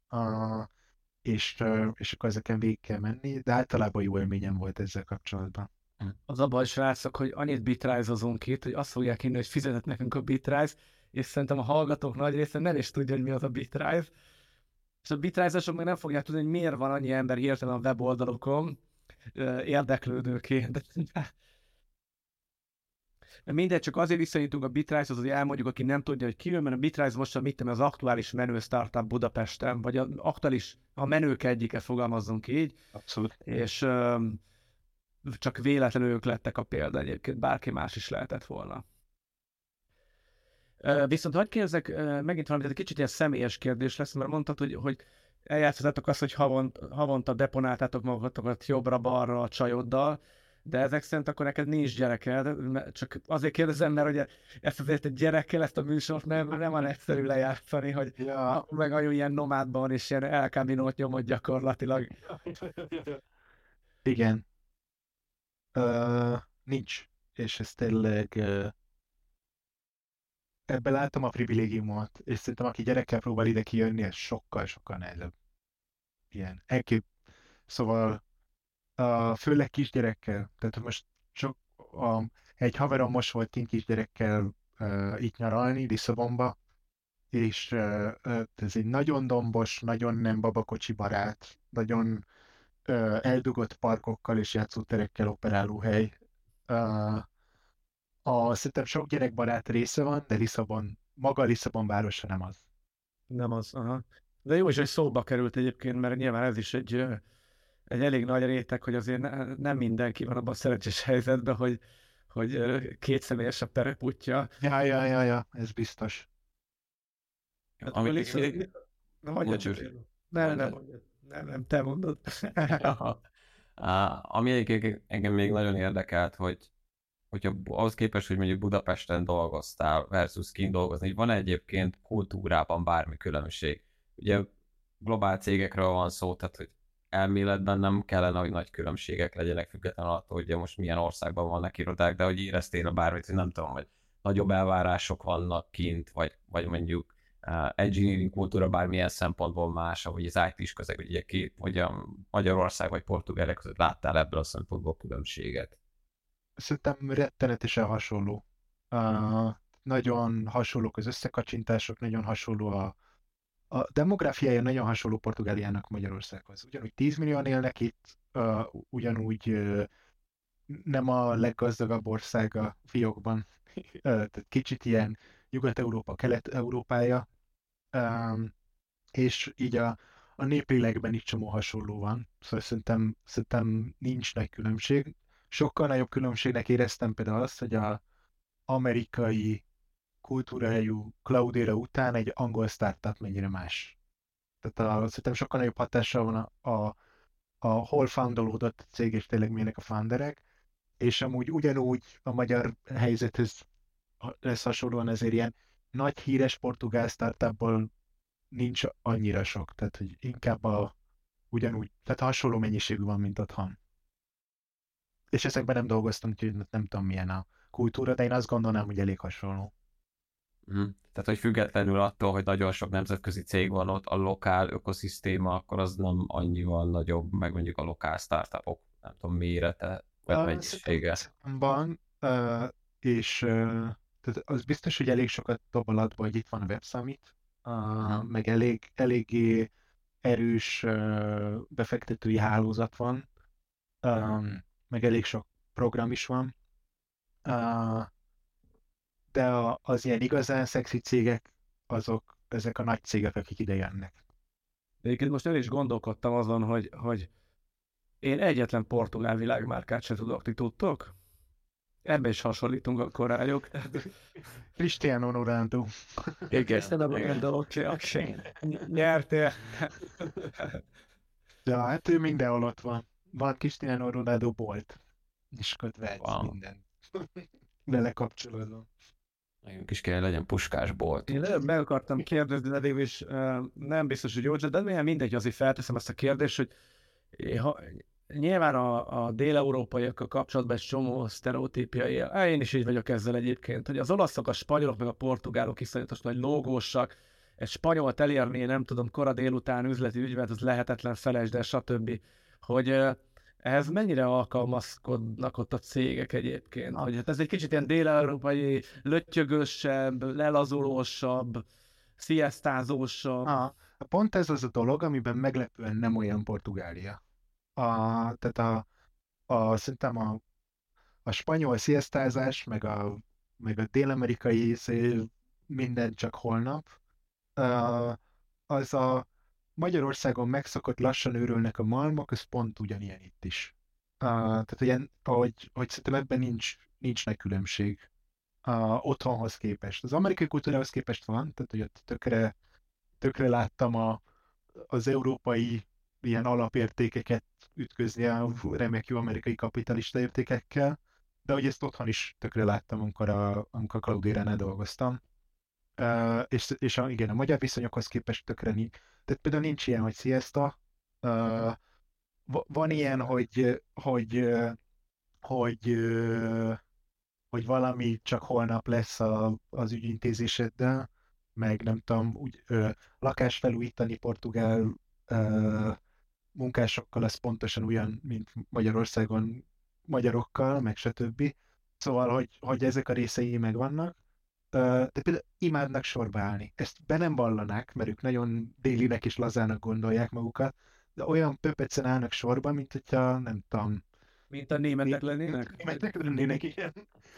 és akkor ezeken végig kell menni, de általában jó élményem volt ezzel kapcsolatban. Az a baj, srácok, hogy annyit Bitrise-ozunk itt, hogy azt fogják hinni, hogy fizetett nekünk a Bitrise, és szerintem a hallgatók nagy része nem is tudja, hogy mi az a Bitrise. És a Bitrise-osok meg nem fogják tudni, hogy miért van annyi ember hirtelen a weboldalokon érdeklődőként. Mindegy, csak azért viszonyítunk a Bitrise-hoz, hogy elmondjuk, aki nem tudja, hogy ki jön, mert a Bitrise most az aktuális menő startup Budapesten, vagy a menők egyike, fogalmazzunk így. Abszolút. És csak véletlenül ők lettek a példa, egyébként bárki más is lehetett volna. Viszont hadd kérdezzek megint valamit, ez egy kicsit ilyen személyes kérdés lesz, mert mondtad, hogy eljátszottátok azt, hogy havonta deponáltátok magatokat jobbra-balra a csajoddal, de ezek szerint akkor neked nincs gyereked, csak azért kérdezem, mert ugye ezt azért egy gyerekkel, ezt a műsort nem van egyszerű lejátszani, hogy meg nagyon ilyen nomádban és ilyen El Camino-t nyomod gyakorlatilag. Igen. Nincs. És ez tényleg ebben látom a privilégiumot, és szerintem aki gyerekkel próbál ide kijönni, ez sokkal-sokkal nehezebb. Ilyen Szóval főleg kisgyerekkel, tehát most egy haverom most volt kint kisgyerekkel itt nyaralni Lisszabonba, és ez egy nagyon dombos, nagyon nem babakocsi barát, nagyon eldugott parkokkal és játszóterekkel operáló hely. Szerintem sok gyerekbarát része van, de maga Lisszabon városa nem az. Nem az, aha. De jó is, hogy szóba került egyébként, mert nyilván ez is egy elég nagy réteg, hogy azért nem mindenki van abban a szerencsés helyzetben, hogy kétszemélyes a pereputya. Ja, ez biztos. Hát, Ami nem mondja csak. Nem, te mondod. Ami egyébként engem még nagyon érdekelt, hogyha ahhoz képest, hogy mondjuk Budapesten dolgoztál versus kint dolgozni, hogy van egyébként kultúrában bármi különbség. Ugye globál cégekről van szó, tehát hogy elméletben nem kellene, hogy nagy különbségek legyenek függetlenül attól, hogy ugye most milyen országban vannak irodák, de hogy éreztél bármit, hogy nem tudom, hogy nagyobb elvárások vannak kint, vagy mondjuk engineering kultúra bármilyen szempontból más, ahogy az IT-s közeg, ugye hogy a Magyarország vagy Portugália között láttál ebből a szempontból különbséget? Szerintem rettenetesen hasonló. Nagyon hasonlók az összekacsintások, nagyon hasonló a demográfiája nagyon hasonló Portugáliának Magyarországhoz. Ugyanúgy 10 millióan élnek itt, ugyanúgy nem a leggazdagabb ország a fiókban. Tehát kicsit ilyen Nyugat-Európa, Kelet-Európája, és így a néplélekben is csomó hasonló van. Szóval szerintem nincs nagy különbség. Sokkal nagyobb különbségnek éreztem például azt, hogy a amerikai kultúrájú Cloudera után egy angol startup mennyire más. Tehát szerintem sokkal nagyobb hatással van a hol foundolódott a cég, és tényleg milyenek a founderek, és amúgy ugyanúgy a magyar helyzethez lesz hasonlóan, ezért ilyen nagy híres portugál startupból nincs annyira sok, tehát hogy inkább ugyanúgy, tehát hasonló mennyiségű van, mint otthon. És ezekben nem dolgoztam, úgyhogy nem tudom milyen a kultúra, de én azt gondolnám, hogy elég hasonló. Tehát, hogy függetlenül attól, hogy nagyon sok nemzetközi cég van ott, a lokál ökoszisztéma, akkor az nem annyival nagyobb, meg mondjuk a lokál startupok, nem tudom, mérete, vagy mennyisége. Van, és tehát az biztos, hogy elég sokat dob alatba, hogy itt van a Web Summit, meg eléggé erős befektetői hálózat van, meg elég sok program is van, de az ilyen igazán szexi cégek, ezek a nagy cégek, akik ide jönnek. Egyébként most el is gondolkodtam azon, hogy én egyetlen portugál világmárkát sem tudok, ti tudtok? Ebben is hasonlítunk akkor rájuk. Cristiano Ronaldo. Oké. Nyertél. Ja, hát ő mindenhol ott van. Van Cristiano Ronaldo bolt. És kötvetsz minden. Vele kapcsolatban. Nekünk is kell legyen puskásbolt. Én meg akartam kérdezni, de végül is nem biztos, hogy jó, de mindegy, azért felteszem ezt a kérdést, hogy nyilván a dél-európaiakkal kapcsolatban egy csomó sztereotípia él. Én is így vagyok ezzel egyébként, hogy az olaszok, a spanyolok, meg a portugálok iszonyatos nagy lógósak, egy spanyolt elérni, nem tudom, kora délután üzleti ügyvet, az lehetetlen, felesd el, stb. Hogy ehhez mennyire alkalmazkodnak ott a cégek egyébként? Hogy hát ez egy kicsit ilyen dél-európai, löttyögösebb, lelazulósabb, sziasztázósabb. Pont ez az a dolog, amiben meglepően nem olyan Portugália. Tehát szerintem a spanyol sziasztázás, meg a dél-amerikai minden csak holnap, az a Magyarországon megszokott lassan őrülnek a malmok, ez pont ugyanilyen itt is. Tehát ilyen, hogy szerintem ebben nincs nagy különbség otthonhoz képest. Az amerikai kultúrához képest van, tehát hogy ott tökre láttam az európai ilyen alapértékeket ütközni a remek jó amerikai kapitalista értékekkel, de hogy ezt otthon is tökre láttam, amikor Cloudera-nál dolgoztam. És igen, a magyar viszonyokhoz képest tökre nincs. Tehát például nincs ilyen, hogy siesta. Van ilyen, hogy valami csak holnap lesz az ügyintézéseddel, meg nem tudom, úgy lakást felújítani portugál munkásokkal, az pontosan olyan, mint Magyarországon magyarokkal, meg stb. Szóval, hogy ezek a részei megvannak. De például imádnak sorba állni. Ezt be nem vallanák, mert ők nagyon délinek és lazának gondolják magukat, de olyan pöpecen állnak sorba, mint hogyha, nem tudom... Mint a németek lennének? Németek lennének, igen.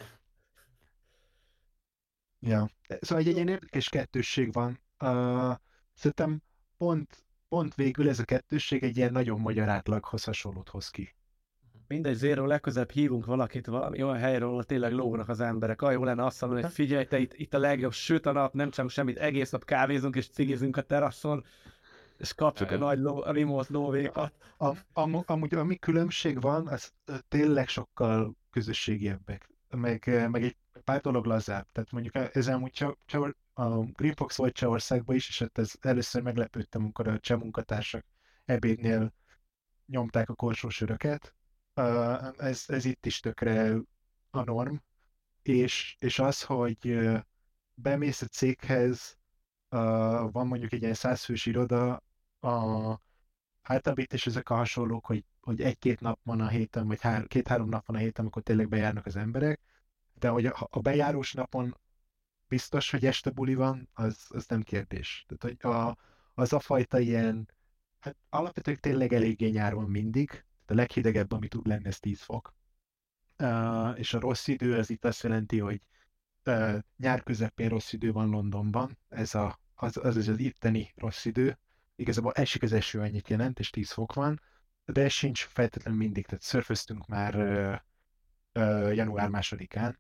Ja. Szóval egy ilyen érdekes kettősség van. Szerintem pont végül ez a kettősség egy ilyen nagyon magyar átlaghoz hasonlót hoz ki. Mindegy, Zéro, legközebb hívunk valakit valami olyan helyről, ahol tényleg lógnak az emberek. Jó lenne azt mondani, hogy figyelj, te itt a legjobb, süt a nap, nem csak semmit, egész nap kávézunk és cigizünk a teraszon, és kapjuk a nagy a remote lóvékat. Amúgy ami különbség van, az tényleg sokkal közösségiebbek, meg egy pár dolog lazább. Tehát mondjuk ez amúgy a Greenfox volt Csehországban is, és hát ez először meglepődtem, amikor a cseh munkatársak ebédnél nyomták a korsósöröket. Ez itt is tökre a norm, és az, hogy bemész a céghez, van mondjuk egy ilyen 100 fős iroda, általában itt is ezek a hasonlók, hogy egy-két nap van a héten, vagy két-három nap van a héten, amikor tényleg bejárnak az emberek, de hogy a bejárós napon biztos, hogy este buli van, az nem kérdés. Tehát, hogy az a fajta ilyen, hát alapvetően tényleg eléggé nyár van mindig, tehát a leghidegebb, ami tud lenni, ez 10 fok. És a rossz idő, ez itt azt jelenti, hogy nyár közepén rossz idő van Londonban, az itteni rossz idő. Igazából esik az eső, annyit jelent, és 10 fok van, de ez sincs feltétlenül mindig, tehát szörföztünk már január 2-án.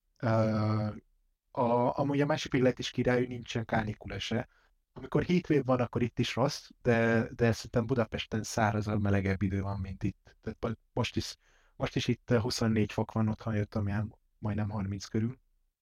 Amúgy a másik véglet is király, hogy nincsen kánikula se. Amikor heatwave van, akkor itt is rossz, de szerintem Budapesten szárazabb, melegebb idő van, mint itt. Tehát most is itt 24 fok van, otthon jöttem ilyen majdnem 30 körül.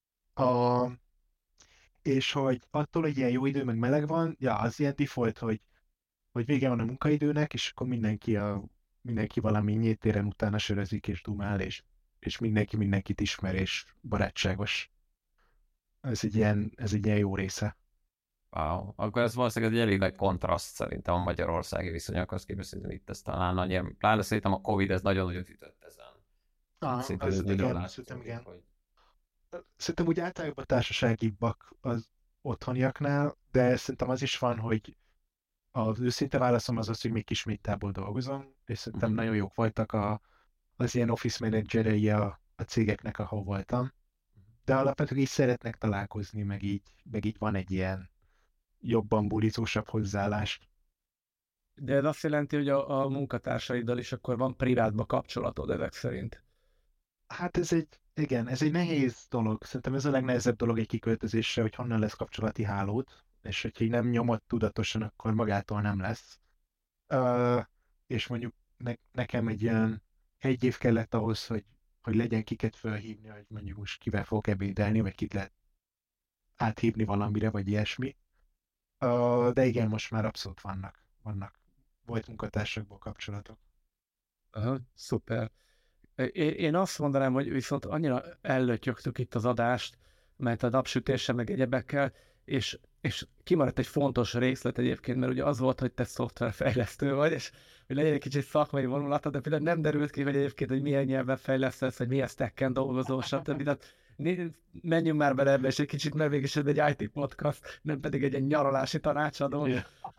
És hogy attól, hogy ilyen jó idő, meg meleg van, ja, az ilyen default, hogy vége van a munkaidőnek, és akkor mindenki valami nyíltéren utána sörözik és dumál, és mindenki mindenkit ismer, és barátságos. Ez egy ilyen jó része. Wow. Akkor ez valószínűleg egy elég nagy kontraszt szerintem a magyarországi viszonyokhoz képest, hogy itt ez talán annyira, pláne szerintem a Covid ez nagyon nagyot ütött ezen. Szerintem igen. Hogy... Szerintem úgy általában társaságibbak az otthoniaknál, de szerintem az is van, hogy az őszinte válaszom az, hogy még kismintából dolgozom, és szerintem nagyon jók voltak az ilyen office managerei a cégeknek, ahol voltam. De alapvetően így szeretnek találkozni, meg így van egy ilyen jobban bulizósabb hozzáállás. De ez azt jelenti, hogy a munkatársaiddal is akkor van privátba kapcsolatod ezek szerint. Hát ez egy nehéz dolog. Szerintem ez a legnehezebb dolog egy kiköltözésre, hogy honnan lesz kapcsolati hálód, és hogyha így nem nyomod tudatosan, akkor magától nem lesz. És mondjuk nekem egy ilyen 1 év kellett ahhoz, hogy legyen kiket felhívni, hogy mondjuk most kivel fogok ebédelni, vagy kit lehet áthívni valamire, vagy ilyesmi. De igen, most már abszolút vannak volt munkatársakból kapcsolatok. Aha, szuper. Én azt mondanám, hogy viszont annyira ellötyögtük itt az adást, mert a napsütéssel meg egyebekkel, és kimaradt egy fontos részlet egyébként, mert ugye az volt, hogy te szoftverfejlesztő vagy, és hogy legyen egy kicsit szakmai vonulata, de például nem derült ki, hogy egyébként, hogy milyen nyelven fejlesztesz, vagy milyen stacken dolgozol, stb. Tehát menjünk már bele ebbe, és egy kicsit, mert mégis ez egy IT podcast, nem pedig egy nyaralási tanácsadó.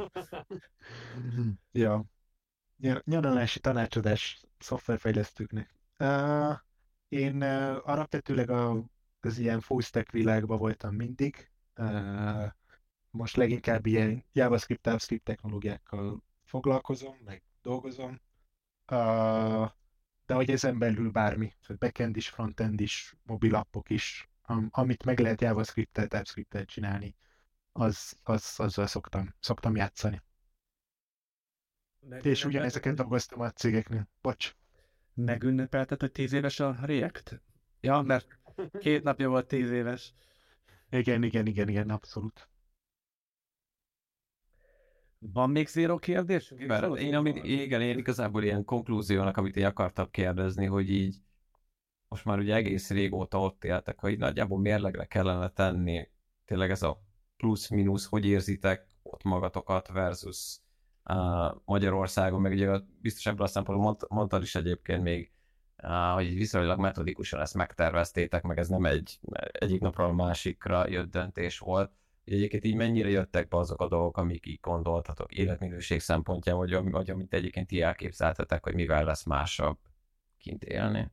Ja. Nyaralási tanácsadás szoftverfejlesztőknek. Én alapvetőleg az ilyen full stack világban voltam mindig. Most leginkább ilyen JavaScript, TypeScript technológiákkal foglalkozom, meg dolgozom. De hogy ezen belül bármi, backend is, frontend is, mobil appok is, amit meg lehet JavaScript-tel, TypeScript-tel csinálni, azzal szoktam játszani. És ugyanezeket dolgoztam a cégeknél. Bocs. Megünnepelted, hogy 10 éves a React? Ja, mert 2 napja volt 10 éves. Igen, abszolút. Van még zero kérdés? Én igazából ilyen konklúziónak, amit én akartam kérdezni, hogy így most már ugye egész régóta ott éltek, hogy nagyjából mérlegre kellene tenni tényleg ez a plusz-minusz, hogy érzitek ott magatokat versus Magyarországon, meg ugye biztos ebből a szempontból mondtad is egyébként még, hogy viszonylag metodikusan ezt megterveztétek, meg ez nem egyik napról a másikra jött döntés volt. Egyébként így mennyire jöttek be azok a dolgok, amik így gondoltatok életminőség szempontjából, vagy amit egyébként így elképzeltetek, hogy mivel lesz másabb kint élni?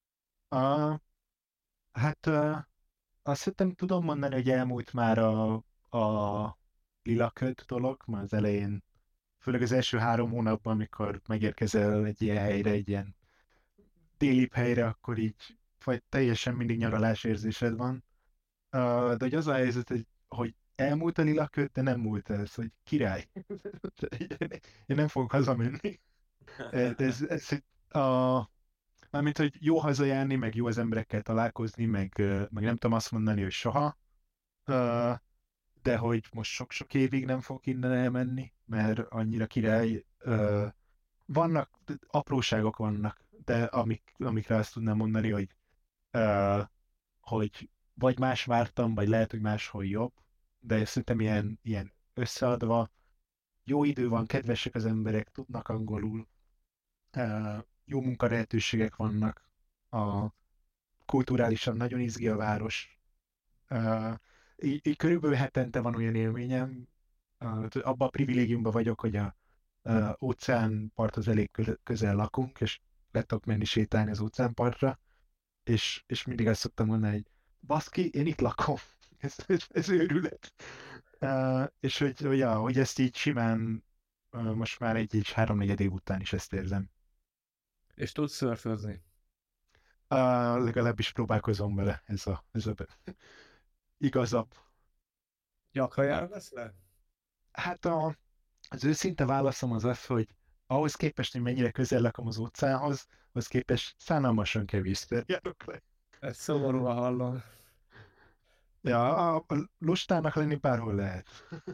Hát azt hiszem tudom mondani, hogy elmúlt már a lila köd dolog, már az elején, főleg az első 3 hónapban, amikor megérkezel egy ilyen helyre, egy ilyen délibb helyre, akkor így vagy teljesen mindig nyaralás érzésed van. De hogy az a helyzet, hogy elmúlt a lila köd, de nem múlt el, hogy király. Én nem fogok hazamenni. De ez mármint, hogy jó hazajárni, meg jó az emberekkel találkozni, meg nem tudom azt mondani, hogy soha, Ö, de hogy most sok-sok évig nem fogok innen elmenni, mert annyira király. Vannak, apróságok vannak, de amikre azt tudnám mondani, ö, hogy vagy más vártam, vagy lehet, hogy máshol jobb, de szerintem ilyen összeadva, jó idő van, kedvesek az emberek, tudnak angolul, jó munkalehetőségek vannak, kulturálisan nagyon izgi a város. Így körülbelül hetente van olyan élményem, abban a privilégiumban vagyok, hogy a óceánparthoz elég közel lakunk, és le tudok menni sétálni az óceánpartra, és mindig azt szoktam mondani, hogy baszki, én itt lakom. Ez őrület. És hogy ezt így simán most már egy 3-4 év után is ezt érzem. És tudsz szörfözni? Legalábbis próbálkozom vele, ez a igazabb. Gyakran jársz le? Hát az őszinte válaszom az, hogy ahhoz képest, hogy mennyire közel lakom az óceánhoz, az képest szánalmasan kevésszer járok le. Ez szomorúan hallom. Ja, a lustának lenni bárhol lehet.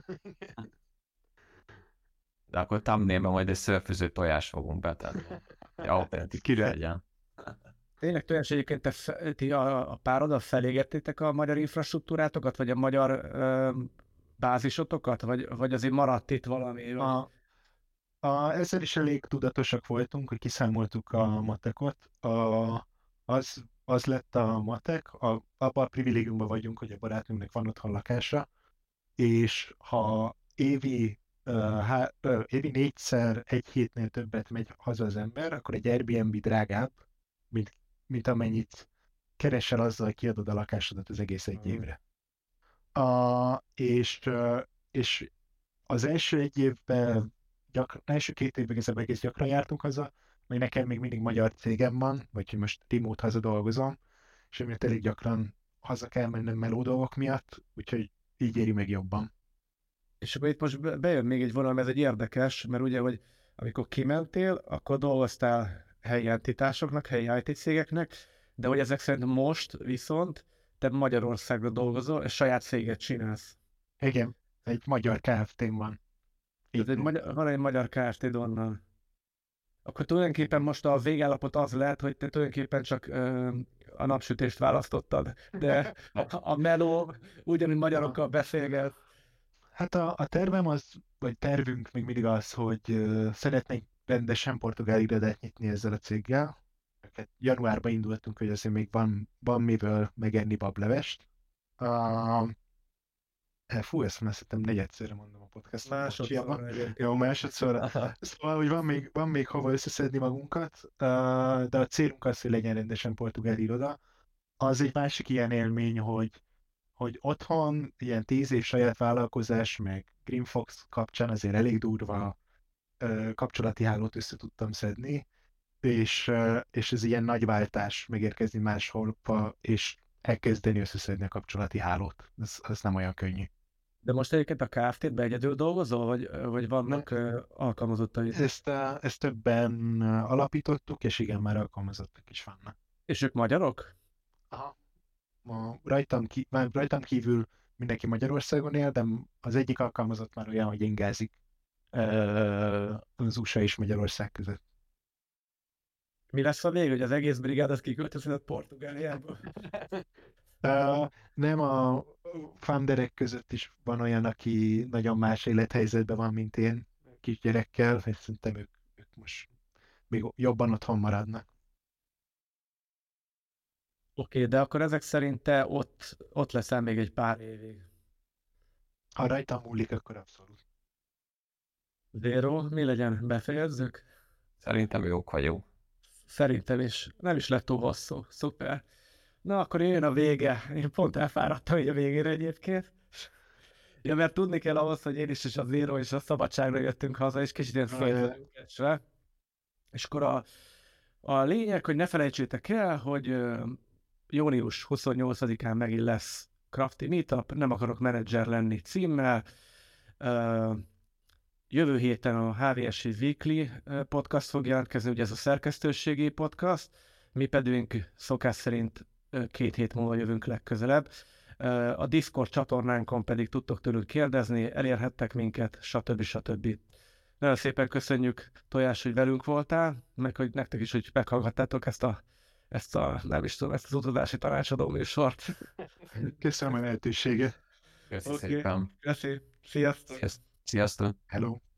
De akkor thumbnailben majd egy szörföző tojás fogunk betenni. Egy autentikus legyen. Tényleg Tojás, egyébként ti a pároddal felégettétek a magyar infrastruktúrátokat, vagy a magyar bázisotokat, vagy azért maradt itt valami? Ezzel is elég tudatosak voltunk, hogy kiszámoltuk a matekot. Az lett a matek, abban a privilégiumban vagyunk, hogy a barátunknak van otthon lakása, és ha évi 4-szer egy hétnél többet megy haza az ember, akkor egy Airbnb drágább, mint amennyit keresel azzal, hogy kiadod a lakásodat az egész egy évre. És az első egy évben, első 2 évben egész gyakran jártunk haza, mert nekem még mindig magyar cégem van, vagy hogy most remote haza dolgozom, és emiatt elég gyakran haza kell mennem meló dolgok miatt, úgyhogy így éri meg jobban. És akkor itt most bejön még egy vonal, ez egy érdekes, mert ugye, hogy amikor kimentél, akkor dolgoztál helyi entitásoknak, helyi IT cégeknek, de hogy ezek szerint most viszont te Magyarországra dolgozol, és saját céget csinálsz. Igen, egy magyar Kft-n van. Van egy magyar Kft-d onnan. Akkor tulajdonképpen most a végállapot az lehet, hogy te tulajdonképpen csak a napsütést választottad, de a meló ugyanúgy magyarokkal beszélget. Hát a tervem vagy tervünk még mindig az, hogy szeretnénk rendesen portugál irodát nyitni ezzel a céggel. Januárban indultunk, hogy azért még van miből megenni bablevest. Ezt már szerintem negyedszerre mondom a podcastban. Másodszor. Jó, másodszor. Szóval, hogy van még hova összeszedni magunkat, de a célunk az, hogy legyen rendesen portugál iroda. Az egy másik ilyen élmény, hogy otthon ilyen 10 év saját vállalkozás, meg Greenfox kapcsán azért elég durva kapcsolati hálót össze tudtam szedni, és ez ilyen nagy váltás megérkezni máshol, és elkezdeni összeszedni a kapcsolati hálót. Ez nem olyan könnyű. De most egyébként a Kft-ben egyedül dolgozol, vagy vannak alkalmazottai? Ezt többen alapítottuk, és igen, már alkalmazottak is vannak. És ők magyarok? Aha. Rajtam kívül mindenki Magyarországon él, de az egyik alkalmazott már olyan, hogy ingázik az USA és Magyarország között. Mi lesz a vég, hogy az egész brigádat kiköltözött Portugáliába? Nem, a founderek között is van olyan, aki nagyon más élethelyzetben van, mint én, kisgyerekkel, és szerintem ők most még jobban otthon maradnak. Oké, de akkor ezek szerint te ott leszel még egy pár évig. Ha rajtam múlik, akkor abszolút. Zero, mi legyen? Befejezzük? Szerintem jók vagyunk. Szerintem is. Nem is lett túl hosszú. Szuper. Na, akkor jön a vége. Én pont elfáradtam így a végére egyébként. Ja, mert tudni kell ahhoz, hogy én is a Zero és a szabadságra jöttünk haza, és kicsit ilyen féltőkesve. És akkor A lényeg, hogy ne felejtsétek el, hogy június 28-án megint lesz Crafty Meetup, nem akarok menedzser lenni címmel. Jövő héten a HVSI Weekly podcast fog jelentkezni, ugye ez a szerkesztőségi podcast, mi pedig szokás szerint 2 hét múlva jövünk legközelebb. A Discord csatornánkon pedig tudtok tőlük kérdezni, elérhettek minket, stb. Nagyon szépen köszönjük, Tojás, hogy velünk voltál, meg hogy nektek is, hogy meghallgattátok ezt a nem is tudom, ezt az utazási tanácsadó műsort. Köszönöm a lehetőséget. Köszi szépen. Köszi. Sziasztok. Sziasztok. Hello.